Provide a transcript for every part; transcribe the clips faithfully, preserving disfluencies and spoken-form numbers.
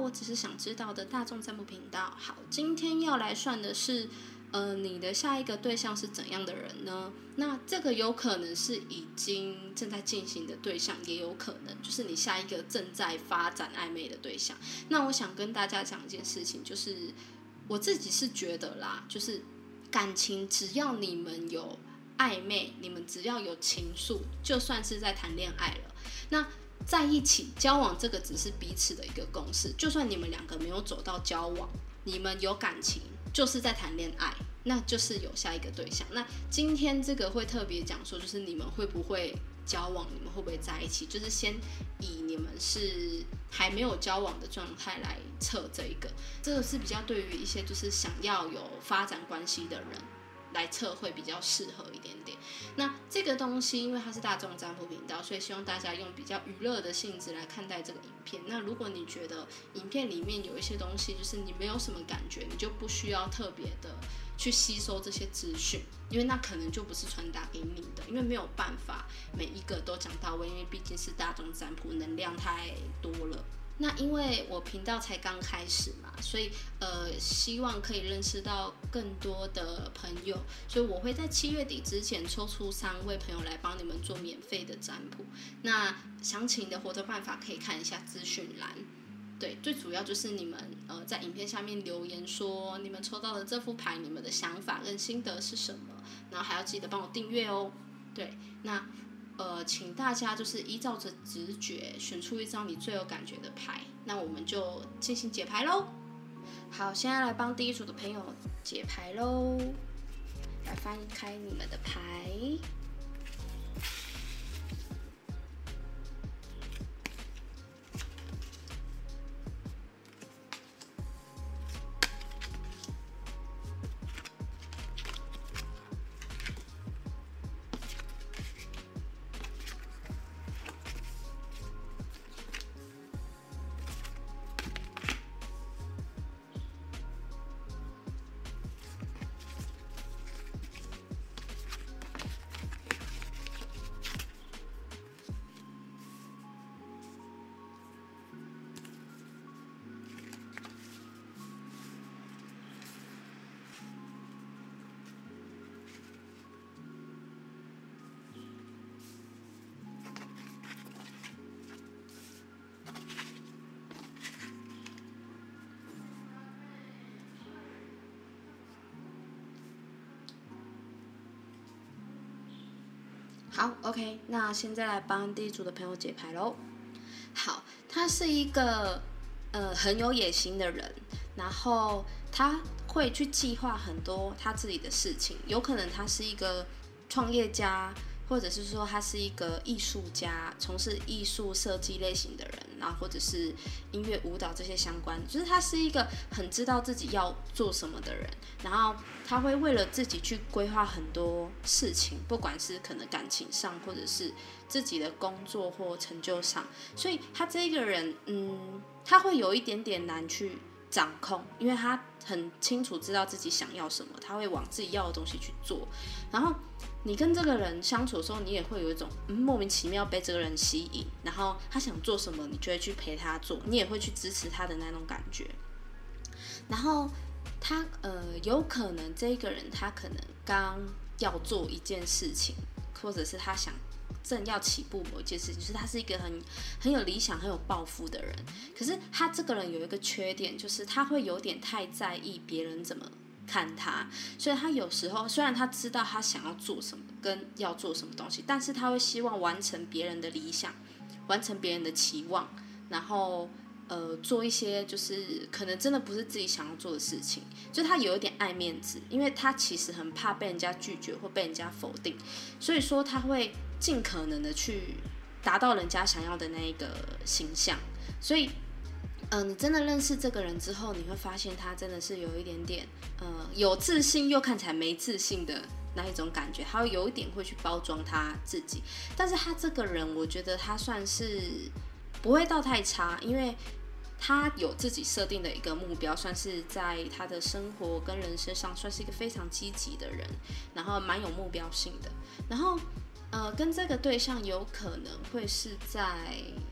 我只是想知道的大众占卜频道。好，今天要来算的是，呃，你的下一个对象是怎样的人呢？那这个有可能是已经正在进行的对象，也有可能就是你下一个正在发展暧昧的对象。那我想跟大家讲一件事情，就是我自己是觉得啦，就是感情只要你们有暧昧，你们只要有情愫，就算是在谈恋爱了。那在一起交往这个只是彼此的一个共识，就算你们两个没有走到交往，你们有感情就是在谈恋爱，那就是有下一个对象。那今天这个会特别讲说，就是你们会不会交往，你们会不会在一起，就是先以你们是还没有交往的状态来测这一个，这个是比较对于一些就是想要有发展关系的人来测会比较适合一点点。那这个东西因为它是大众占卜频道，所以希望大家用比较娱乐的性质来看待这个影片。那如果你觉得影片里面有一些东西就是你没有什么感觉，你就不需要特别的去吸收这些资讯，因为那可能就不是传达给你的，因为没有办法每一个都讲到位，因为毕竟是大众占卜，能量太多了。那因为我频道才刚开始嘛，所以呃希望可以认识到更多的朋友，所以我会在七月底之前抽出三位朋友来帮你们做免费的占卜。那详情的活动办法可以看一下资讯栏。对，最主要就是你们呃在影片下面留言说你们抽到的这副牌，你们的想法跟心得是什么，然后还要记得帮我订阅哦。对，那。呃，请大家就是依照着直觉选出一张你最有感觉的牌，那我们就进行解牌咯。好，现在来帮第一组的朋友解牌咯。来翻开你们的牌。好 ，OK， 那现在来帮第一组的朋友解牌咯。好，他是一个呃很有野心的人，然后他会去计划很多他自己的事情，有可能他是一个创业家，或者是说他是一个艺术家，从事艺术设计类型的人，然后或者是音乐舞蹈这些相关，就是他是一个很知道自己要做什么的人，然后他会为了自己去规划很多事情，不管是可能感情上，或者是自己的工作或成就上，所以他这个人，嗯，他会有一点点难去掌控，因为他很清楚知道自己想要什么，他会往自己要的东西去做。然后你跟这个人相处的时候，你也会有一种、嗯、莫名其妙被这个人吸引，然后他想做什么，你就会去陪他做，你也会去支持他的那种感觉。然后他呃，有可能这个人他可能刚要做一件事情，或者是他想正要起步某一件事情，就是他是一个很很有理想、很有抱负的人。可是他这个人有一个缺点，就是他会有点太在意别人怎么看他，所以他有时候虽然他知道他想要做什么跟要做什么东西，但是他会希望完成别人的理想，完成别人的期望，然后呃做一些就是可能真的不是自己想要做的事情，就他有一点爱面子，因为他其实很怕被人家拒绝或被人家否定，所以说他会尽可能的去达到人家想要的那一个形象。所以呃，你真的认识这个人之后，你会发现他真的是有一点点呃有自信又看起来没自信的那一种感觉，他会有一点会去包装他自己。但是他这个人我觉得他算是不会到太差，因为他有自己设定的一个目标，算是在他的生活跟人生上算是一个非常积极的人，然后蛮有目标性的。然后呃，跟这个对象有可能会是在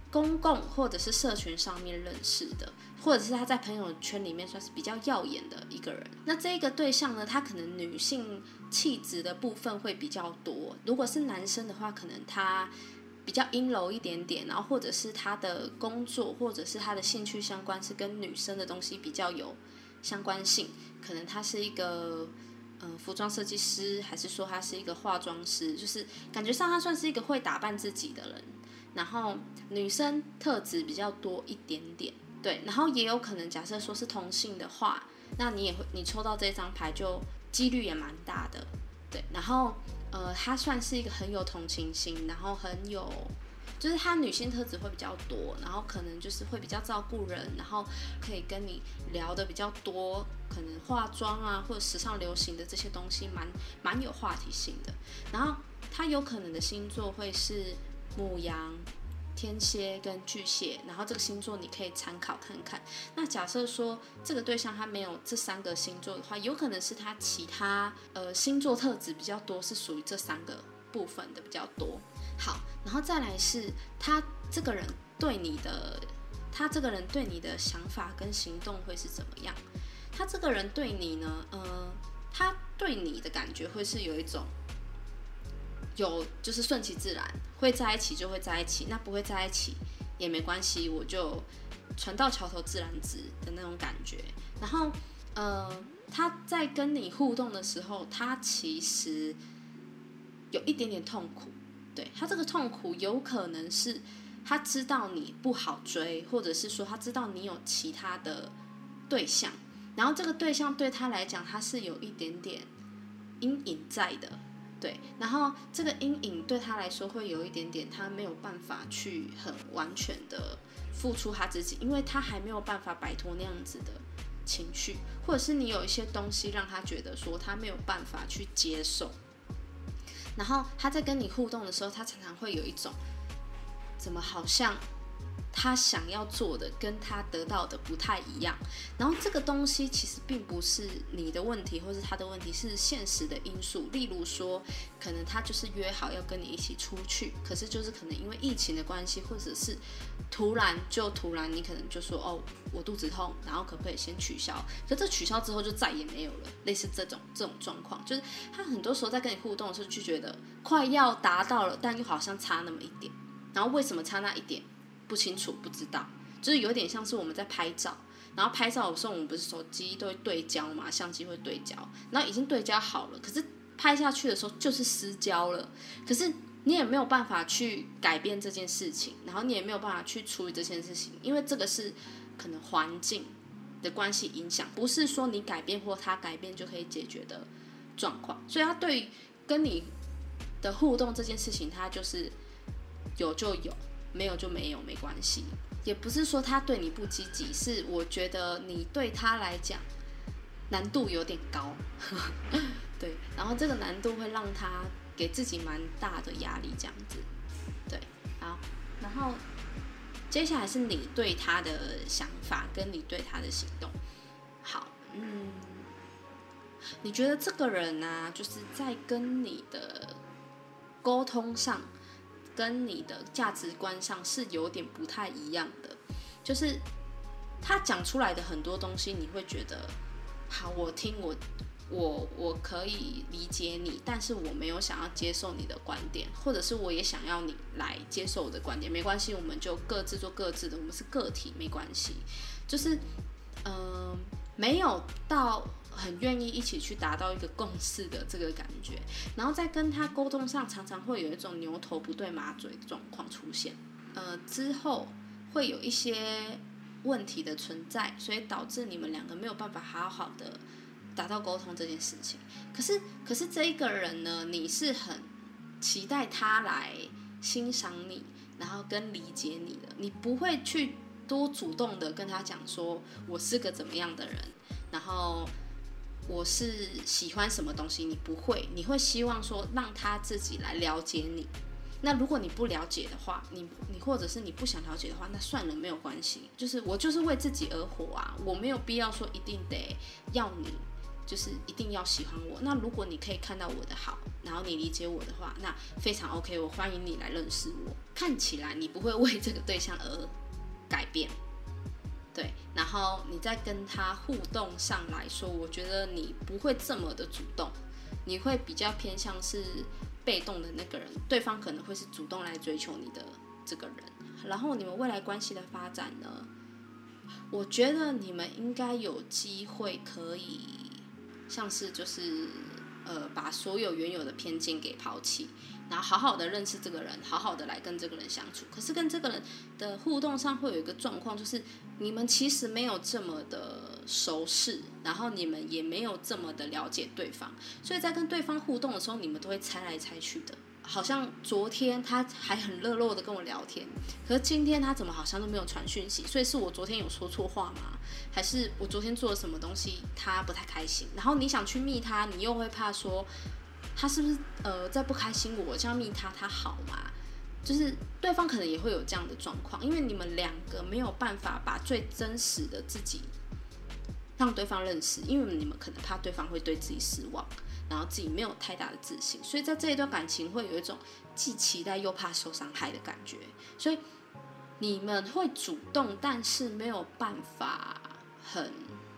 公共或者是社群上面认识的，或者是他在朋友圈里面算是比较耀眼的一个人。那这一个对象呢，他可能女性气质的部分会比较多，如果是男生的话，可能他比较阴柔一点点，然后或者是他的工作或者是他的兴趣相关是跟女生的东西比较有相关性，可能他是一个呃服装设计师，还是说他是一个化妆师，就是感觉上他算是一个会打扮自己的人，然后女生特质比较多一点点，对，然后也有可能假设说是同性的话，那你也会你抽到这张牌就几率也蛮大的，对，然后呃他算是一个很有同情心，然后很有就是他女性特质会比较多，然后可能就是会比较照顾人，然后可以跟你聊的比较多，可能化妆啊或者时尚流行的这些东西蛮蛮有话题性的。然后他有可能的星座会是牡羊、天蝎跟巨蟹，然后这个星座你可以参考看看。那假设说这个对象他没有这三个星座的话，有可能是他其他呃星座特质比较多，是属于这三个部分的比较多。好，然后再来是他这个人对你的，他这个人对你的想法跟行动会是怎么样？他这个人对你呢，呃，他对你的感觉会是有一种有就是顺其自然，会在一起就会在一起，那不会在一起也没关系，我就船到桥头自然直的那种感觉。然后呃，他在跟你互动的时候，他其实有一点点痛苦。对，他这个痛苦有可能是他知道你不好追，或者是说他知道你有其他的对象，然后这个对象对他来讲他是有一点点阴影在的，对，然后这个阴影对他来说会有一点点他没有办法去很完全的付出他自己，因为他还没有办法摆脱那样子的情绪，或者是你有一些东西让他觉得说他没有办法去接受。然后他在跟你互动的时候，他常常会有一种怎么好像他想要做的跟他得到的不太一样，然后这个东西其实并不是你的问题或是他的问题，是现实的因素。例如说可能他就是约好要跟你一起出去，可是就是可能因为疫情的关系，或者是突然就突然你可能就说哦我肚子痛，然后可不可以先取消，可这取消之后就再也没有了，类似这种这种状况，就是他很多时候在跟你互动的时候就觉得快要达到了，但又好像差那么一点，然后为什么差那一点不清楚不知道，就是有点像是我们在拍照，然后拍照的时候我们不是手机都会对焦嘛，相机会对焦，然后已经对焦好了，可是拍下去的时候就是失焦了，可是你也没有办法去改变这件事情，然后你也没有办法去处理这件事情，因为这个是可能环境的关系影响，不是说你改变或他改变就可以解决的状况，所以他对于跟你的互动这件事情，他就是有就有，没有就没有，没关系。也不是说他对你不积极，是我觉得你对他来讲难度有点高对，然后这个难度会让他给自己蛮大的压力，这样子。对，好，然后接下来是你对他的想法跟你对他的行动。好，嗯，你觉得这个人啊，就是在跟你的沟通上跟你的价值观上是有点不太一样的，就是他讲出来的很多东西你会觉得好，我听我我我可以理解你，但是我没有想要接受你的观点，或者是我也想要你来接受我的观点，没关系，我们就各自做各自的，我们是个体，没关系，就是嗯、呃，没有到很愿意一起去达到一个共识的这个感觉，然后在跟他沟通上常常会有一种牛头不对马嘴的状况出现，呃，之后会有一些问题的存在，所以导致你们两个没有办法好好的达到沟通这件事情。可是，可是这一个人呢，你是很期待他来欣赏你，然后跟理解你的，你不会去多主动的跟他讲说我是个怎么样的人，然后我是喜欢什么东西，你不会，你会希望说让他自己来了解你。那如果你不了解的话，你你或者是你不想了解的话，那算了，没有关系。就是我就是为自己而活啊，我没有必要说一定得要你就是一定要喜欢我。那如果你可以看到我的好，然后你理解我的话，那非常 OK， 我欢迎你来认识我。看起来你不会为这个对象而改变，对，然后你再跟他互动上来说，我觉得你不会这么的主动，你会比较偏向是被动的那个人，对方可能会是主动来追求你的这个人。然后你们未来关系的发展呢，我觉得你们应该有机会可以像是就是呃把所有原有的偏见给抛弃，然后好好的认识这个人，好好的来跟这个人相处。可是跟这个人的互动上会有一个状况，就是你们其实没有这么的熟识，然后你们也没有这么的了解对方，所以在跟对方互动的时候，你们都会猜来猜去的。好像昨天他还很热络的跟我聊天，可是今天他怎么好像都没有传讯息？所以是我昨天有说错话吗？还是我昨天做了什么东西他不太开心？然后你想去密他，你又会怕说他是不是呃在不开心我这样密他，他好吗？就是对方可能也会有这样的状况，因为你们两个没有办法把最真实的自己让对方认识，因为你们可能怕对方会对自己失望，然后自己没有太大的自信，所以在这一段感情会有一种既期待又怕受伤害的感觉，所以你们会主动，但是没有办法很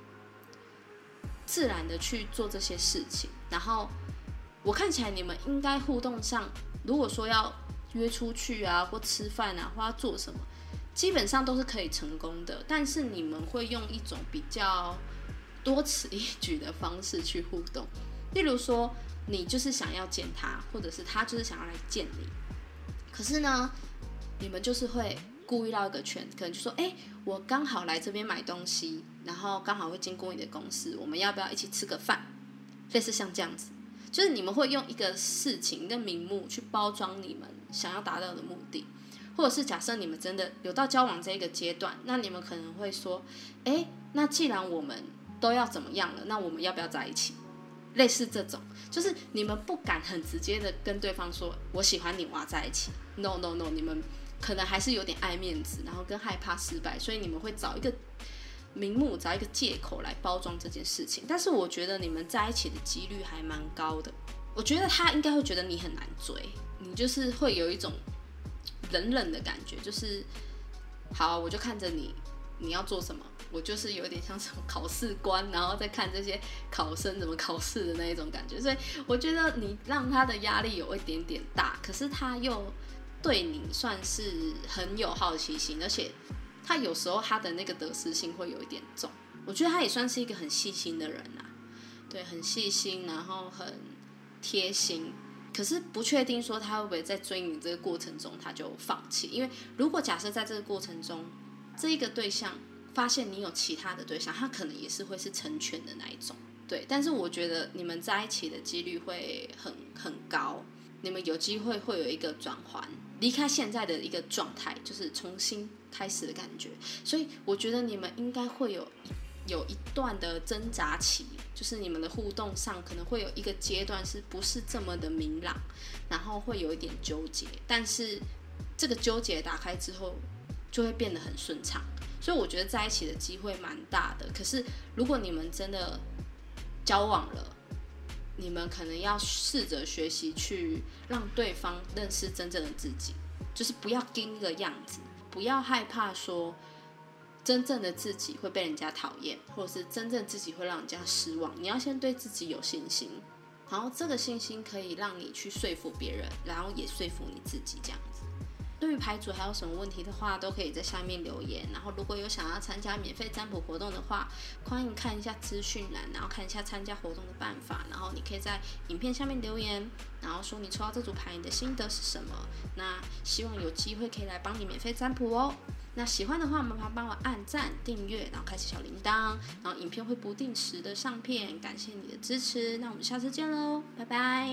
自然的去做这些事情。然后我看起来你们应该互动上，如果说要约出去啊，或吃饭啊，或要做什么，基本上都是可以成功的，但是你们会用一种比较多此一举的方式去互动。例如说你就是想要见他，或者是他就是想要来见你，可是呢你们就是会故意绕一个圈，可能就说哎、欸，我刚好来这边买东西，然后刚好会经过你的公司，我们要不要一起吃个饭，类似像这样子，就是你们会用一个事情的名目去包装你们想要达到的目的。或者是假设你们真的有到交往这个阶段，那你们可能会说哎、欸，那既然我们都要怎么样了，那我们要不要在一起，类似这种，就是你们不敢很直接的跟对方说我喜欢你，我要在一起。 no no no， 你们可能还是有点爱面子，然后跟害怕失败，所以你们会找一个名目，找一个借口来包装这件事情。但是我觉得你们在一起的几率还蛮高的，我觉得他应该会觉得你很难追，你就是会有一种冷冷的感觉，就是好，我就看着你，你要做什么，我就是有点像什么考试官，然后再看这些考生怎么考试的那一种感觉。所以我觉得你让他的压力有一点点大，可是他又对你算是很有好奇心，而且他有时候他的那个得失心会有一点重。我觉得他也算是一个很细心的人啊，对，很细心，然后很贴心。可是不确定说他会不会在追你这个过程中他就放弃，因为如果假设在这个过程中这一个对象发现你有其他的对象，他可能也是会是成全的那一种，对。但是我觉得你们在一起的几率会很很高，你们有机会会有一个转换，离开现在的一个状态，就是重新开始的感觉。所以我觉得你们应该会有有一段的挣扎期，就是你们的互动上可能会有一个阶段是不是这么的明朗，然后会有一点纠结，但是这个纠结打开之后就会变得很顺畅，所以我觉得在一起的机会蛮大的。可是如果你们真的交往了，你们可能要试着学习去让对方认识真正的自己，就是不要盯一个样子，不要害怕说真正的自己会被人家讨厌，或者是真正自己会让人家失望。你要先对自己有信心，然后这个信心可以让你去说服别人，然后也说服你自己这样子。对于牌组还有什么问题的话，都可以在下面留言。然后如果有想要参加免费占卜活动的话，欢迎看一下资讯栏，然后看一下参加活动的办法。然后你可以在影片下面留言，然后说你抽到这组牌你的心得是什么。那希望有机会可以来帮你免费占卜哦。那喜欢的话，麻烦帮我按赞、订阅，然后开启小铃铛，然后影片会不定时的上片。感谢你的支持，那我们下次见喽，拜拜。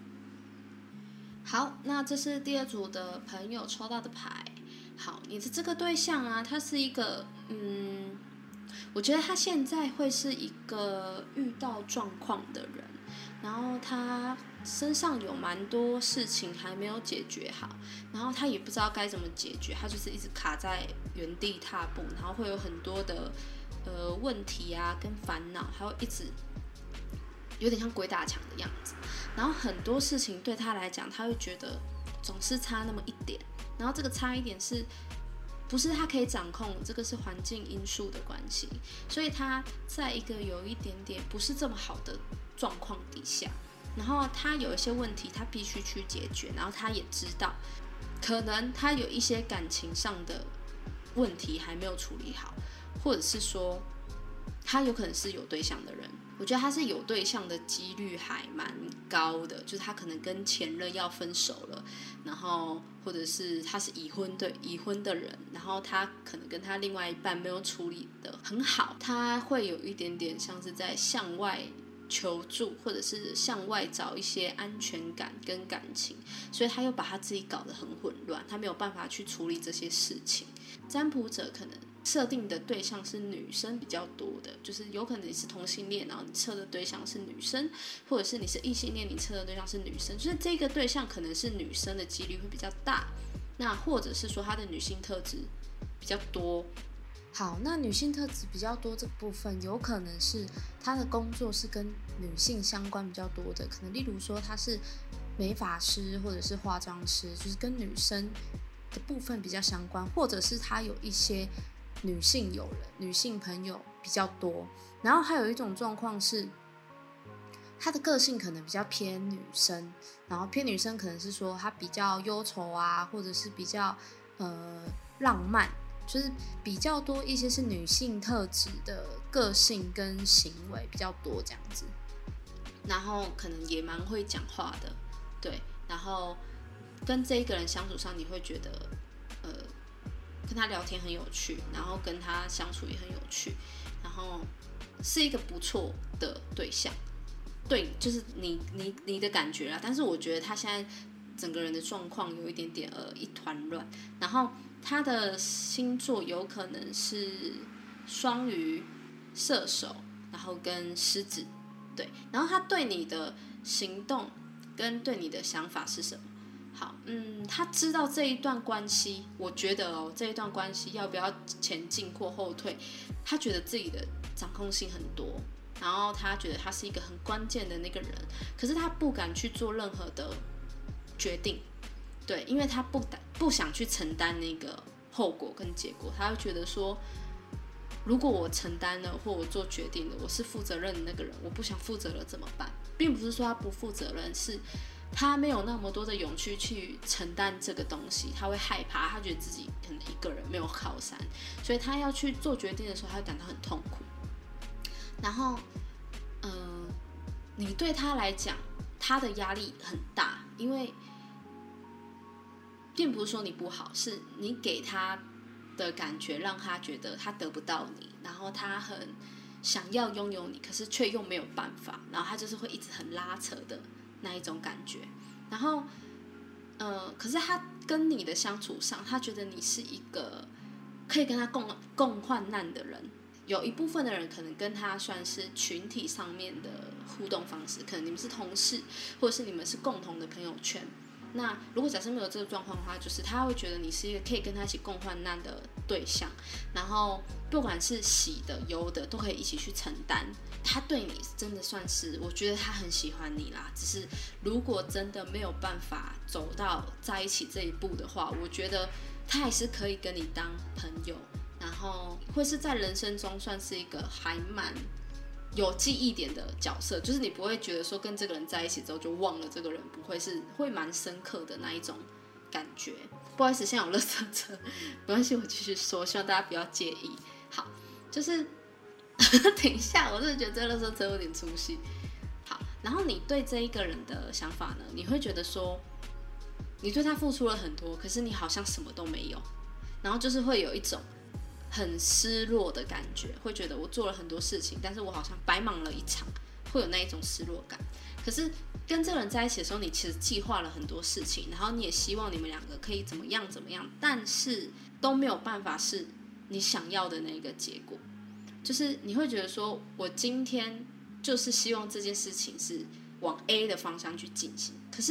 好，那这是第二组的朋友抽到的牌。好，你的这个对象啊，他是一个，嗯，我觉得他现在会是一个遇到状况的人，然后他身上有蛮多事情还没有解决好，然后他也不知道该怎么解决，他就是一直卡在原地踏步，然后会有很多的呃问题啊跟烦恼，还有一直有点像鬼打墙的样子。然后很多事情对他来讲，他会觉得总是差那么一点，然后这个差一点是不是他可以掌控，这个是环境因素的关系，所以他在一个有一点点不是这么好的状况底下，然后他有一些问题他必须去解决，然后他也知道可能他有一些感情上的问题还没有处理好，或者是说他有可能是有对象的人，我觉得他是有对象的几率还蛮高的，就是他可能跟前任要分手了，然后或者是他是已婚的已婚的人，然后他可能跟他另外一半没有处理的很好，他会有一点点像是在向外求助，或者是向外找一些安全感跟感情，所以他又把他自己搞得很混乱，他没有办法去处理这些事情。占卜者可能设定的对象是女生比较多的，就是有可能你是同性恋，然后你测的对象是女生，或者是你是异性恋，你测的对象是女生，就是这个对象可能是女生的几率会比较大，那或者是说她的女性特质比较多。好，那女性特质比较多这个部分，有可能是她的工作是跟女性相关比较多的，可能例如说她是美发师或者是化妆师，就是跟女生的部分比较相关，或者是她有一些女性友人、女性朋友比较多。然后还有一种状况是，她的个性可能比较偏女生，然后偏女生可能是说她比较忧愁啊，或者是比较呃浪漫，就是比较多一些是女性特质的个性跟行为比较多这样子。然后可能也蛮会讲话的，对，然后跟这一个人相处上，你会觉得呃跟他聊天很有趣，然后跟他相处也很有趣，然后是一个不错的对象，对，就是你你你的感觉啦。但是我觉得他现在整个人的状况有一点点呃一团乱，然后他的星座有可能是双鱼、射手，然后跟狮子，对，然后他对你的行动跟对你的想法是什么？好，嗯，他知道这一段关系，我觉得哦，这一段关系要不要前进或后退，他觉得自己的掌控性很多，然后他觉得他是一个很关键的那个人，可是他不敢去做任何的决定，对，因为他不不想去承担那个后果跟结果，他会觉得说，如果我承担了或我做决定了，我是负责任的那个人，我不想负责了怎么办？并不是说他不负责任，是他没有那么多的勇气去承担这个东西，他会害怕，他觉得自己可能一个人没有靠山，所以他要去做决定的时候，他会感到很痛苦。然后，嗯、呃，你对他来讲，他的压力很大，因为并不是说你不好，是你给他的感觉让他觉得他得不到你，然后他很想要拥有你，可是却又没有办法，然后他就是会一直很拉扯的那一种感觉。然后，呃，可是他跟你的相处上，他觉得你是一个可以跟他共共患难的人。有一部分的人可能跟他算是群体上面的互动方式，可能你们是同事，或者是你们是共同的朋友圈。那如果假设没有这个状况的话，就是他会觉得你是一个可以跟他一起共患难的对象，然后不管是喜的忧的都可以一起去承担。他对你真的算是，我觉得他很喜欢你啦，只是如果真的没有办法走到在一起这一步的话，我觉得他还是可以跟你当朋友，然后会是在人生中算是一个还蛮有记忆点的角色，就是你不会觉得说跟这个人在一起之后就忘了这个人，不会，是会蛮深刻的那一种感觉。不好意思，现在有垃圾车，没关系，我继续说，希望大家不要介意。好，就是等一下，我真的觉得这个垃圾车有点出戏。好，然后你对这一个人的想法呢？你会觉得说，你对他付出了很多，可是你好像什么都没有，然后就是会有一种很失落的感觉，会觉得我做了很多事情，但是我好像白忙了一场，会有那一种失落感。可是跟这个人在一起的时候，你其实计划了很多事情，然后你也希望你们两个可以怎么样怎么样，但是都没有办法是你想要的那个结果。就是你会觉得说，我今天就是希望这件事情是往 A 的方向去进行，可是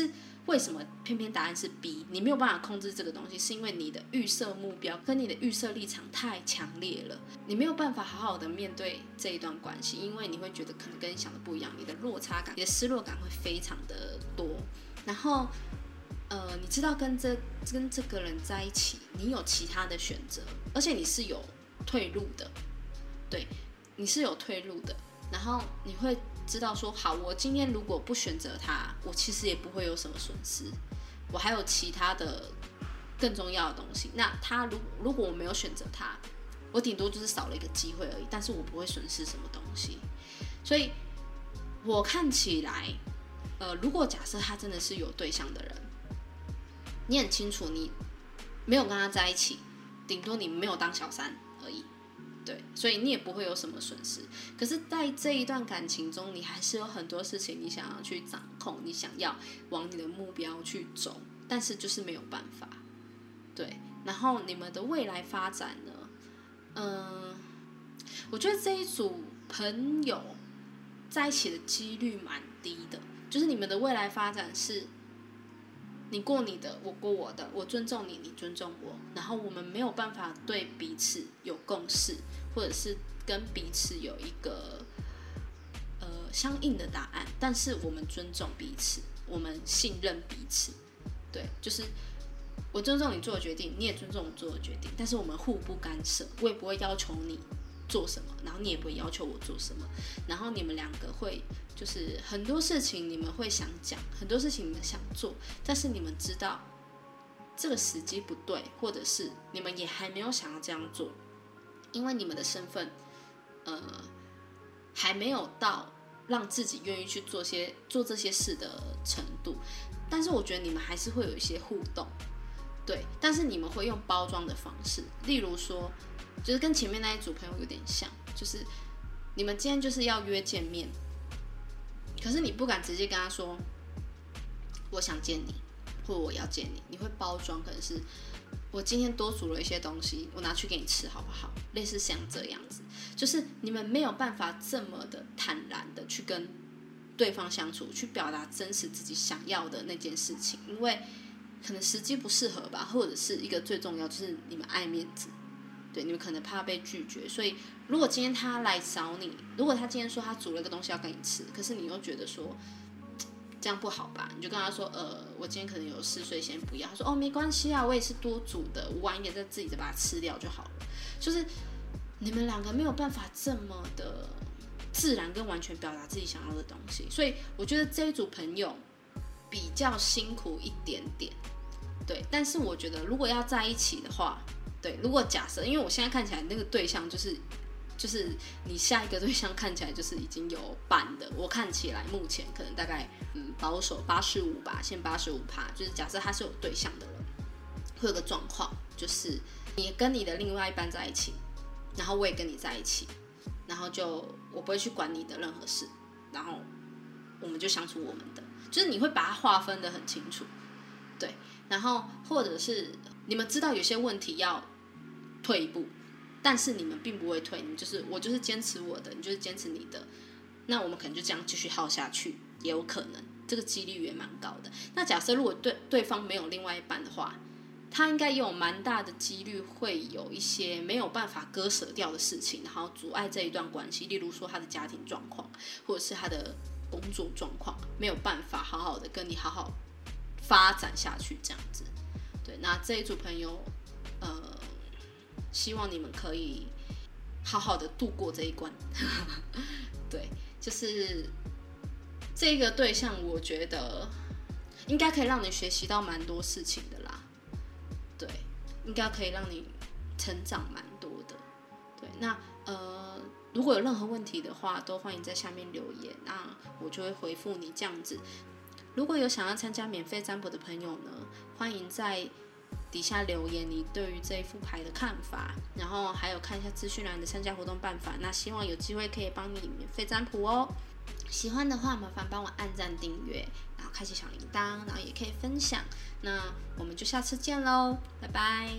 为什么偏偏答案是 B？ 你没有办法控制这个东西，是因为你的预设目标跟你的预设立场太强烈了，你没有办法好好的面对这一段关系，因为你会觉得可能跟你想的不一样，你的落差感、你的失落感会非常的多。然后，呃，你知道跟这跟这个人在一起，你有其他的选择，而且你是有退路的，对，你是有退路的。然后你会知道说，好，我今天如果不选择他，我其实也不会有什么损失，我还有其他的更重要的东西。那他如如果我没有选择他，我顶多就是少了一个机会而已，但是我不会损失什么东西。所以我看起来，呃，如果假设他真的是有对象的人，你很清楚你没有跟他在一起，顶多你没有当小三而已。对，所以你也不会有什么损失。可是，在这一段感情中，你还是有很多事情你想要去掌控，你想要往你的目标去走，但是就是没有办法。对，然后你们的未来发展呢？嗯，我觉得这一组朋友在一起的几率蛮低的，就是你们的未来发展是，你过你的，我过我的，我尊重你，你尊重我，然后我们没有办法对彼此有共识，或者是跟彼此有一个呃相应的答案，但是我们尊重彼此，我们信任彼此，对，就是我尊重你做的决定，你也尊重我做的决定，但是我们互不干涉，我也不会要求你做什么，然后你也不会要求我做什么，然后你们两个会就是很多事情你们会想讲，很多事情你们想做，但是你们知道这个时机不对，或者是你们也还没有想要这样做，因为你们的身份呃还没有到让自己愿意去做些做这些事的程度，但是我觉得你们还是会有一些互动，对，但是你们会用包装的方式，例如说就是跟前面那一组朋友有点像，就是你们今天就是要约见面，可是你不敢直接跟他说我想见你，或者我要见你，你会包装，可能是我今天多煮了一些东西，我拿去给你吃好不好？类似像这样子，就是你们没有办法这么的坦然的去跟对方相处，去表达真实自己想要的那件事情，因为可能时机不适合吧，或者是一个最重要就是你们爱面子。对，你们可能怕被拒绝，所以如果今天他来找你，如果他今天说他煮了个东西要跟你吃，可是你又觉得说这样不好吧，你就跟他说，呃，我今天可能有事，所以先不要。他说，哦，没关系啊，我也是多煮的，我晚一点再自己再把它吃掉就好了。就是你们两个没有办法这么的自然跟完全表达自己想要的东西，所以我觉得这一组朋友比较辛苦一点点，对。但是我觉得如果要在一起的话，对，如果假设，因为我现在看起来那个对象就是，就是你下一个对象看起来就是已经有伴的，我看起来目前可能大概嗯保守八十五吧，先八十五趴，就是假设他是有对象的人，会有个状况，就是你跟你的另外一半在一起，然后我也跟你在一起，然后就我不会去管你的任何事，然后我们就相处我们的，就是你会把它划分得很清楚，对，然后或者是你们知道有些问题要退一步，但是你们并不会退，你就是我就是坚持我的，你就是坚持你的，那我们可能就这样继续耗下去，也有可能，这个几率也蛮高的。那假设如果对对方没有另外一半的话，他应该也有蛮大的几率会有一些没有办法割舍掉的事情，然后阻碍这一段关系，例如说他的家庭状况，或者是他的工作状况，没有办法好好的跟你好好发展下去这样子。对，那这一组朋友，呃，希望你们可以好好的度过这一关。对，就是这个对象，我觉得应该可以让你学习到蛮多事情的啦。对，应该可以让你成长蛮多的。对，那呃，如果有任何问题的话，都欢迎在下面留言，那我就会回复你这样子。如果有想要参加免费占卜的朋友呢，欢迎在底下留言你对于这一副牌的看法，然后还有看一下资讯栏的参加活动办法。那希望有机会可以帮你免费占卜哦。喜欢的话，麻烦帮我按赞订阅，然后开启小铃铛，然后也可以分享。那我们就下次见喽，拜拜。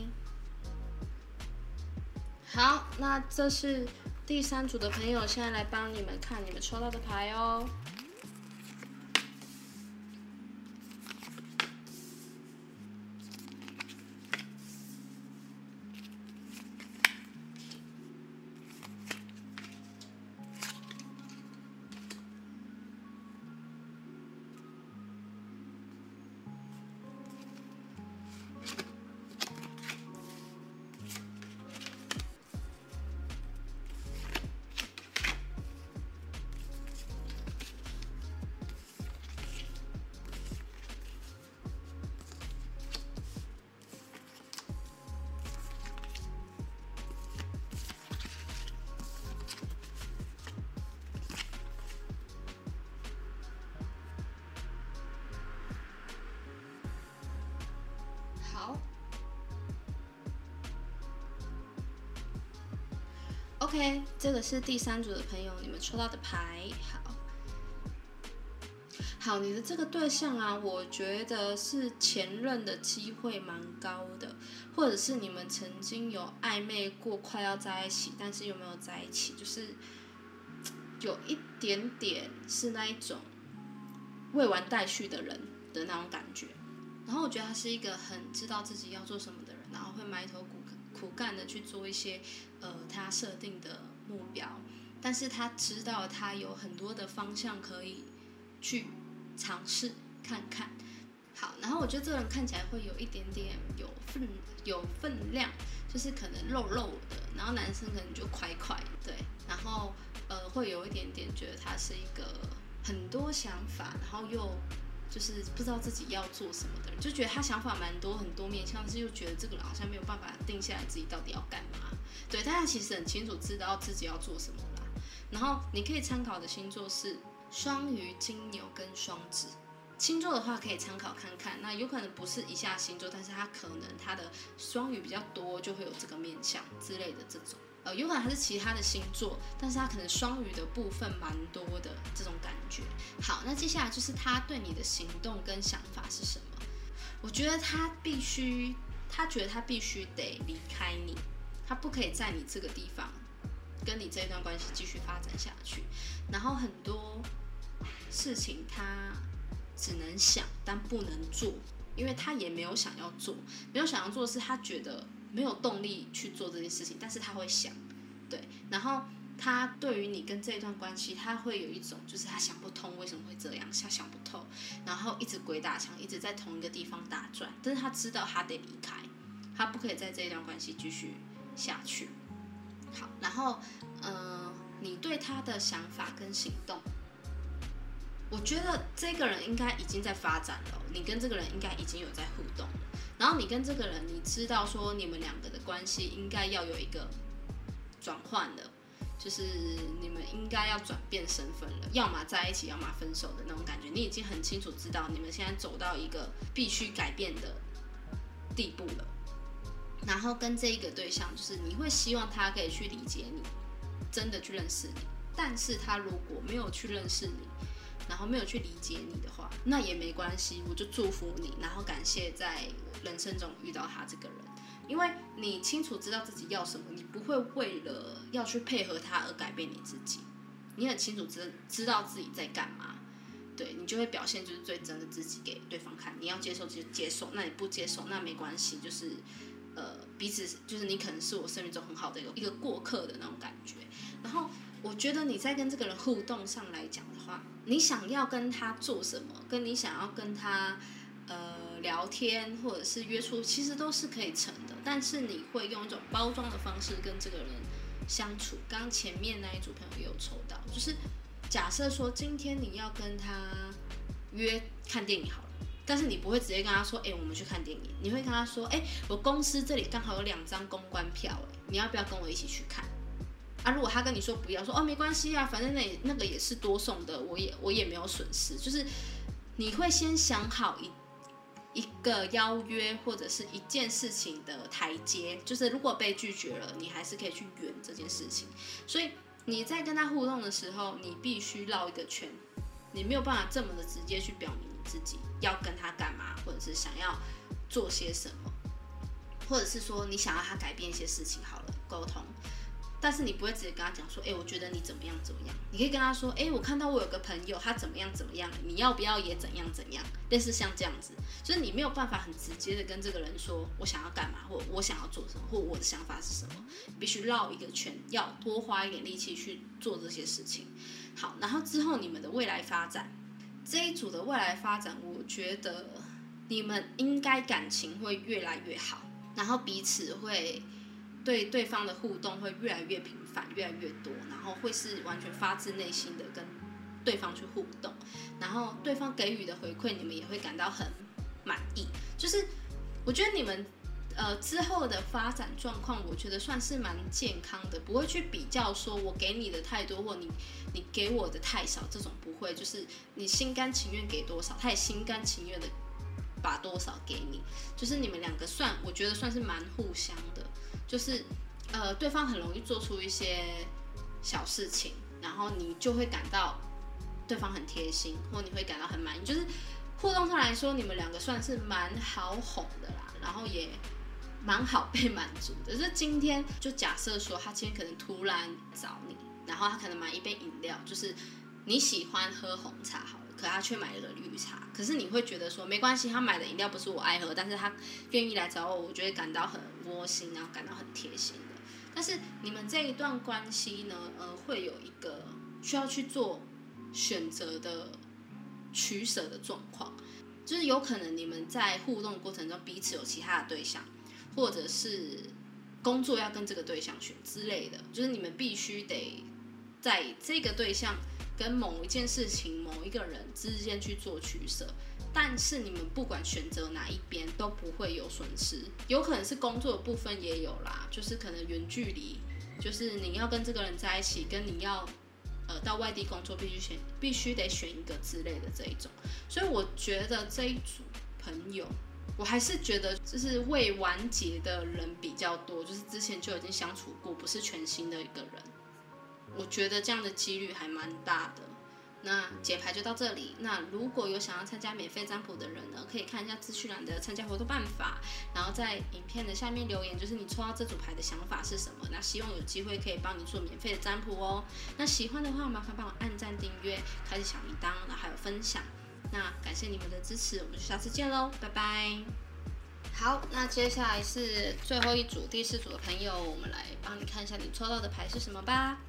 好，那这是第三组的朋友，现在来帮你们看你们抽到的牌哦。 OK， 这个是第三组的朋友，你们抽到的牌。好，好，你的这个对象啊，我觉得是前任的机会蛮高的，或者是你们曾经有暧昧过，快要在一起，但是又没有在一起，就是有一点点是那一种未完待续的人的那种感觉。然后我觉得他是一个很知道自己要做什么的人，然后会埋头苦苦干的去做一些呃他设定的目标，但是他知道他有很多的方向可以去尝试看看。好，然后我觉得这个人看起来会有一点点有分有分量，就是可能肉肉的，然后男生可能就块块，对，然后呃会有一点点觉得他是一个很多想法，然后又就是不知道自己要做什么的人，就觉得他想法蛮多很多面向，但是又觉得这个人好像没有办法定下来自己到底要干嘛。对，但他其实很清楚知道自己要做什么啦。然后你可以参考的星座是双鱼、金牛跟双子。星座的话可以参考看看，那有可能不是一下星座，但是他可能他的双鱼比较多，就会有这个面向之类的这种。呃，有可能还是其他的星座，但是他可能双鱼的部分蛮多的这种感觉。好，那接下来就是他对你的行动跟想法是什么？我觉得他必须，他觉得他必须得离开你，他不可以在你这个地方跟你这一段关系继续发展下去。然后很多事情他只能想，但不能做，因为他也没有想要做，没有想要做的是他觉得没有动力去做这件事情，但是他会想，对，然后他对于你跟这一段关系，他会有一种就是他想不通为什么会这样，他想不透，然后一直鬼打墙，一直在同一个地方打转，但是他知道他得离开，他不可以在这一段关系继续下去。好，然后呃，你对他的想法跟行动，我觉得这个人应该已经在发展了，你跟这个人应该已经有在互动了。然后你跟这个人，你知道说你们两个的关系应该要有一个转换了，就是你们应该要转变身份了，要么在一起，要么分手的那种感觉。你已经很清楚知道你们现在走到一个必须改变的地步了。然后跟这一个对象，就是你会希望他可以去理解你，真的去认识你。但是他如果没有去认识你，然后没有去理解你的话，那也没关系，我就祝福你，然后感谢在人生中遇到他这个人，因为你清楚知道自己要什么，你不会为了要去配合他而改变你自己，你很清楚知知道自己在干嘛，对，你就会表现就是最真的自己给对方看，你要接受就接受，那你不接受那没关系，就是呃彼此就是你可能是我生命中很好的一个一个过客的那种感觉，然后。我觉得你在跟这个人互动上来讲的话，你想要跟他做什么，跟你想要跟他呃聊天或者是约出，其实都是可以成的。但是你会用一种包装的方式跟这个人相处。刚刚前面那一组朋友也有抽到，就是假设说今天你要跟他约看电影好了，但是你不会直接跟他说，哎、欸，我们去看电影。你会跟他说，哎、欸，我公司这里刚好有两张公关票，哎，你要不要跟我一起去看？啊，如果他跟你说不要，说哦没关系啊，反正那那个也是多送的，我也我也没有损失。就是你会先想好一一个邀约或者是一件事情的台阶，就是如果被拒绝了，你还是可以去圆这件事情。所以你在跟他互动的时候，你必须绕一个圈，你没有办法这么的直接去表明你自己要跟他干嘛，或者是想要做些什么，或者是说你想要他改变一些事情好了，沟通。但是你不会直接跟他讲说，哎、欸，我觉得你怎么样怎么样。你可以跟他说，哎、欸，我看到我有个朋友，他怎么样怎么样，你要不要也怎样怎样？类似像这样子，就是你没有办法很直接的跟这个人说，我想要干嘛，或我想要做什么，或我的想法是什么，你必须绕一个圈，要多花一点力气去做这些事情。好，然后之后你们的未来发展，这一组的未来发展，我觉得你们应该感情会越来越好，然后彼此会。对对方的互动会越来越频繁，越来越多，然后会是完全发自内心的跟对方去互动，然后对方给予的回馈，你们也会感到很满意。就是我觉得你们呃之后的发展状况，我觉得算是蛮健康的，不会去比较说我给你的太多或你你给我的太少，这种不会，就是你心甘情愿给多少，他也心甘情愿的把多少给你，就是你们两个算，我觉得算是蛮互相的。就是呃，对方很容易做出一些小事情，然后你就会感到对方很贴心，或你会感到很满意。就是互动上来说，你们两个算是蛮好哄的啦，然后也蛮好被满足的。就是今天就假设说，他今天可能突然找你，然后他可能买一杯饮料，就是你喜欢喝红茶好了，可他却买了个绿茶，可是你会觉得说没关系，他买的饮料不是我爱喝，但是他愿意来找我，我就会感到很窝心，然后感到很贴心的。但是你们这一段关系呢，呃，会有一个需要去做选择的取舍的状况，就是有可能你们在互动的过程中彼此有其他的对象，或者是工作要跟这个对象选之类的，就是你们必须得在这个对象跟某一件事情、某一个人之间去做取舍。但是你们不管选择哪一边都不会有损失，有可能是工作的部分也有啦，就是可能远距离，就是你要跟这个人在一起，跟你要呃到外地工作必须选，必须得选一个之类的这一种。所以我觉得这一组朋友，我还是觉得就是未完结的人比较多，就是之前就已经相处过，不是全新的一个人。我觉得这样的几率还蛮大的。那解牌就到这里。那如果有想要参加免费占卜的人呢，可以看一下资讯栏的参加活动办法，然后在影片的下面留言，就是你抽到这组牌的想法是什么。那希望有机会可以帮你做免费的占卜哦。那喜欢的话，麻烦帮我按赞、订阅、开启小铃铛，然后还有分享。那感谢你们的支持，我们就下次见喽，拜拜。好，那接下来是最后一组第四组的朋友，我们来帮你看一下你抽到的牌是什么吧。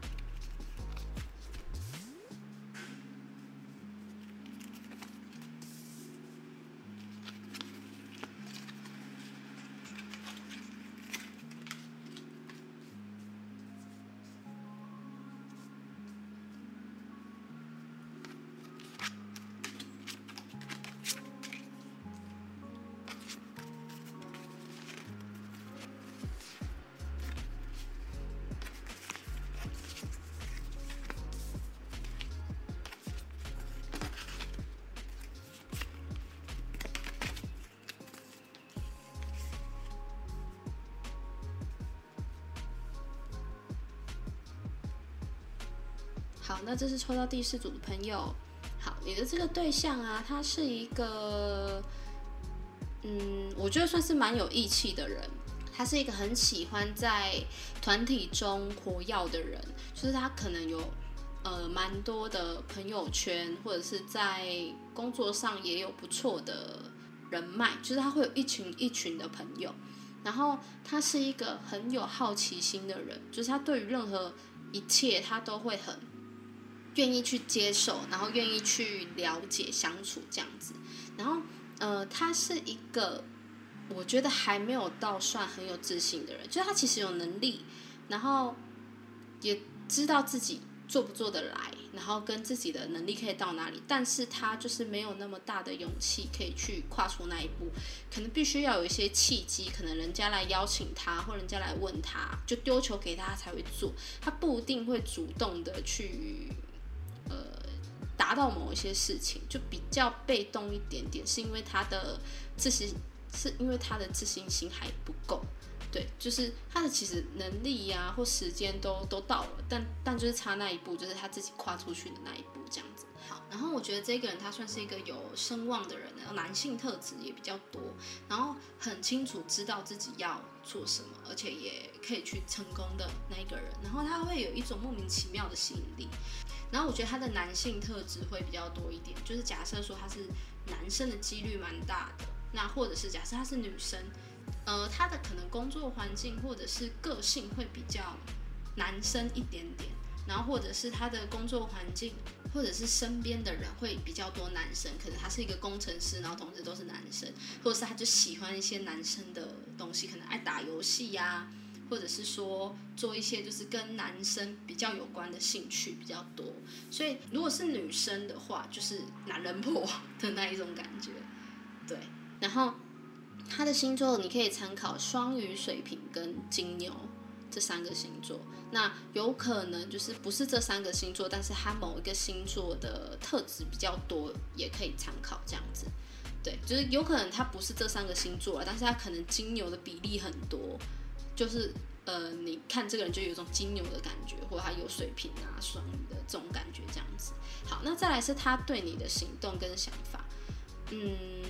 好，那这是抽到第四组的朋友。好，你的这个对象啊，他是一个，嗯，我觉得算是蛮有义气的人。他是一个很喜欢在团体中活跃的人，就是他可能有呃蛮多的朋友圈，或者是在工作上也有不错的人脉，就是他会有一群一群的朋友。然后他是一个很有好奇心的人，就是他对于任何一切他都会很愿意去接受，然后愿意去了解相处这样子。然后呃，他是一个我觉得还没有到算很有自信的人，就是他其实有能力，然后也知道自己做不做得来，然后跟自己的能力可以到哪里，但是他就是没有那么大的勇气可以去跨出那一步，可能必须要有一些契机，可能人家来邀请他，或人家来问他，就丢球给他，他才会做，他不一定会主动的去呃达到某一些事情，就比较被动一点点，是因为他的自信，是因为他的自信心还不够。对，就是他的其实能力呀、啊、或时间都都到了，但但就是差那一步，就是他自己跨出去的那一步这样子。好，然后我觉得这个人他算是一个有声望的人，然后男性特质也比较多，然后很清楚知道自己要做什么，而且也可以去成功的那一个人，然后他会有一种莫名其妙的吸引力。然后我觉得他的男性特质会比较多一点，就是假设说他是男生的几率蛮大的，那或者是假设他是女生。呃，他的可能工作环境或者是个性会比较男生一点点，然后或者是他的工作环境，或者是身边的人会比较多男生，可能他是一个工程师，然后同时都是男生，或者是他就喜欢一些男生的东西，可能爱打游戏呀，或者是说做一些就是跟男生比较有关的兴趣比较多。所以如果是女生的话，就是男人婆的那一种感觉，对，然后。他的星座你可以参考双鱼、水瓶跟金牛这三个星座，那有可能就是不是这三个星座，但是他某一个星座的特质比较多，也可以参考这样子。对，就是有可能他不是这三个星座，但是他可能金牛的比例很多，就是呃，你看这个人就有一种金牛的感觉，或者他有水瓶啊、双鱼的这种感觉，这样子。好，那再来是他对你的行动跟想法，嗯，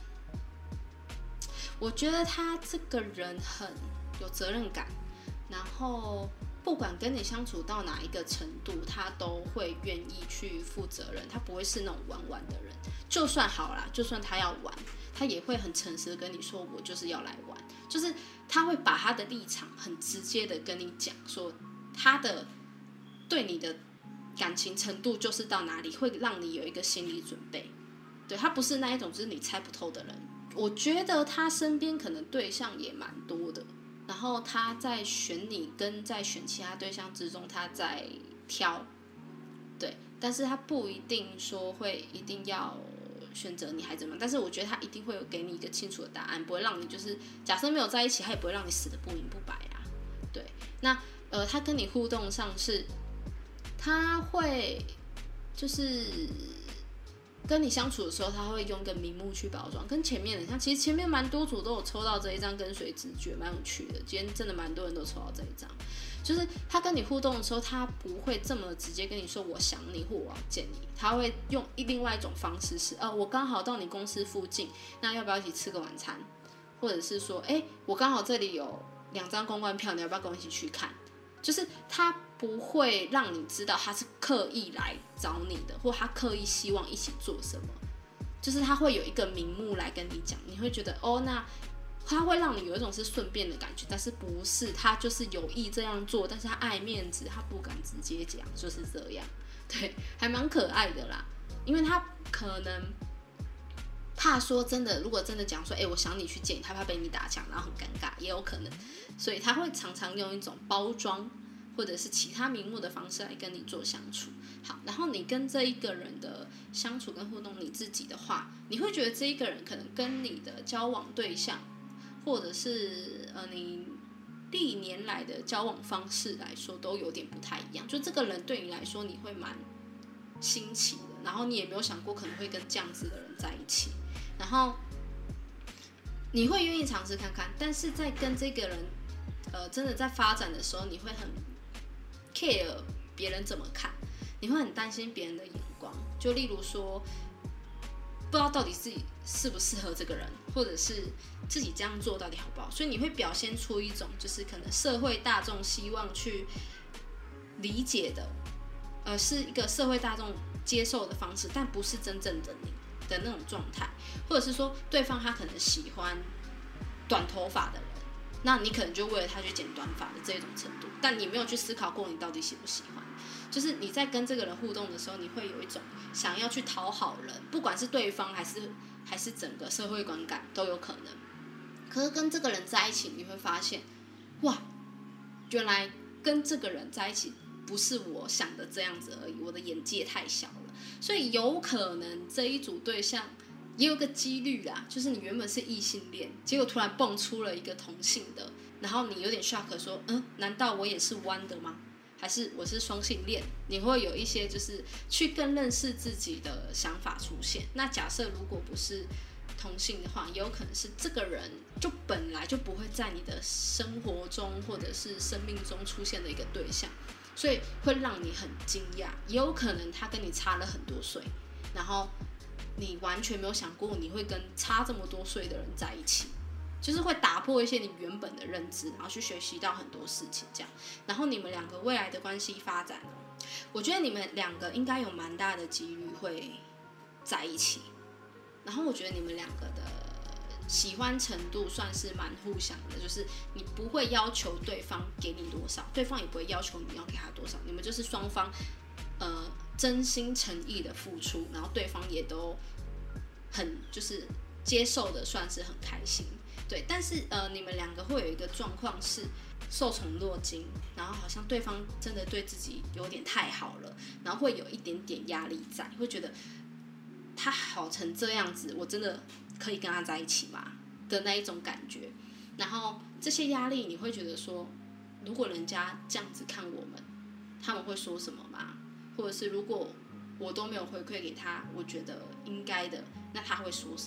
我觉得他这个人很有责任感，然后不管跟你相处到哪一个程度，他都会愿意去负责任，他不会是那种玩玩的人。就算好啦，就算他要玩，他也会很诚实的跟你说，我就是要来玩，就是他会把他的立场很直接的跟你讲，说他的对你的感情程度就是到哪里，会让你有一个心理准备。对，他不是那一种就是你猜不透的人。我觉得他身边可能对象也蛮多的，然后他在选你跟在选其他对象之中，他在挑，对，但是他不一定说会一定要选择你还怎么样，但是我觉得他一定会有给你一个清楚的答案，不会让你就是假设没有在一起，他也不会让你死得不明不白啊。对，那呃，他跟你互动上是，他会就是跟你相处的时候，他会用一个名目去包装，跟前面的像，其实前面蛮多组都有抽到这一张跟随直觉，蛮有趣的。今天真的蛮多人都抽到这一张，就是他跟你互动的时候，他不会这么直接跟你说我想你或我要见你，他会用另外一种方式是，呃，我刚好到你公司附近，那要不要一起吃个晚餐？或者是说，哎、欸，我刚好这里有两张公关票，你要不要跟我一起去看？就是他不会让你知道他是刻意来找你的，或他刻意希望一起做什么，就是他会有一个名目来跟你讲，你会觉得哦，那他会让你有一种是顺便的感觉，但是不是他就是有意这样做，但是他爱面子，他不敢直接讲，就是这样，对，还蛮可爱的啦，因为他可能怕说真的，如果真的讲说，哎、欸，我想你去见你，他怕被你打枪，然后很尴尬，也有可能，所以他会常常用一种包装或者是其他名目的方式来跟你做相处。好，然后你跟这一个人的相处跟互动，你自己的话，你会觉得这一个人可能跟你的交往对象，或者是呃你历年来的交往方式来说，都有点不太一样。就这个人对你来说，你会蛮新奇的，然后你也没有想过可能会跟这样子的人在一起。然后你会愿意尝试看看，但是在跟这个人，呃，真的在发展的时候，你会很 care 别人怎么看，你会很担心别人的眼光。就例如说，不知道到底自己适不适合这个人，或者是自己这样做到底好不好，所以你会表现出一种就是可能社会大众希望去理解的，呃，是一个社会大众接受的方式，但不是真正的你的那种状态，或者是说对方他可能喜欢短头发的人，那你可能就为了他去剪短发的这种程度，但你没有去思考过你到底喜不喜欢。就是你在跟这个人互动的时候，你会有一种想要去讨好人，不管是对方还是还是整个社会观感都有可能。可是跟这个人在一起，你会发现，哇，原来跟这个人在一起不是我想的这样子而已，我的眼界太小了。所以有可能这一组对象也有个几率啦，就是你原本是异性恋，结果突然蹦出了一个同性的，然后你有点 shock 说，嗯，难道我也是弯的吗？还是我是双性恋？你会有一些就是去更认识自己的想法出现。那假设如果不是同性的话，也有可能是这个人就本来就不会在你的生活中或者是生命中出现的一个对象，所以会让你很惊讶。也有可能他跟你差了很多岁，然后你完全没有想过你会跟差这么多岁的人在一起，就是会打破一些你原本的认知，然后去学习到很多事情这样。然后你们两个未来的关系发展，我觉得你们两个应该有蛮大的几率会在一起。然后我觉得你们两个的喜欢程度算是蛮互相的，就是你不会要求对方给你多少，对方也不会要求你要给他多少，你们就是双方呃真心诚意的付出，然后对方也都很就是接受的，算是很开心。对，但是呃你们两个会有一个状况是受宠若惊，然后好像对方真的对自己有点太好了，然后会有一点点压力在，会觉得他好成这样子，我真的可以跟他在一起吗？的那一种感觉。然后这些压力，你会觉得说，如果人家这样子看我们，他们会说什么吗？或者是如果我都没有回馈给他，我觉得应该的，那他会说什么？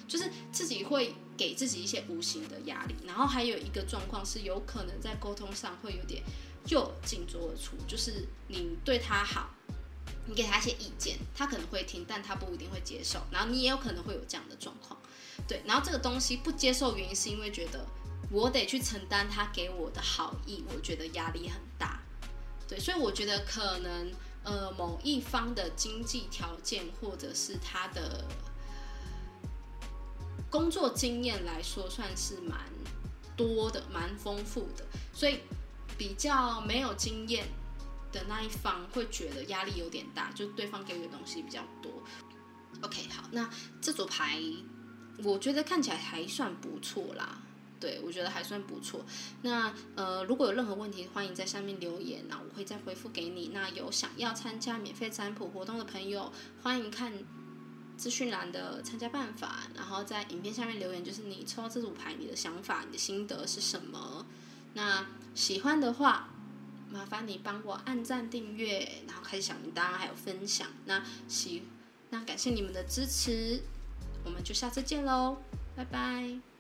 就是自己会给自己一些无形的压力。然后还有一个状况是，有可能在沟通上会有点右进左而出，就是你对他好，你给他一些意见，他可能会听，但他不一定会接受，然后你也有可能会有这样的状况。对，然后这个东西不接受原因是因为觉得我得去承担他给我的好意，我觉得压力很大。对，所以我觉得可能呃某一方的经济条件或者是他的工作经验来说，算是蛮多的，蛮丰富的，所以比较没有经验的那一方会觉得压力有点大，就对方给予的东西比较多。OK， 好，那这组牌我觉得看起来还算不错啦。对，我觉得还算不错。那呃，如果有任何问题，欢迎在下面留言，那我会再回复给你。那有想要参加免费占卜活动的朋友，欢迎看资讯栏的参加办法，然后在影片下面留言，就是你抽到这组牌，你的想法、你的心得是什么？那喜欢的话，麻烦你帮我按赞、订阅，然后开小铃铛，还有分享。那喜，那感谢你们的支持，我们就下次见喽，拜拜。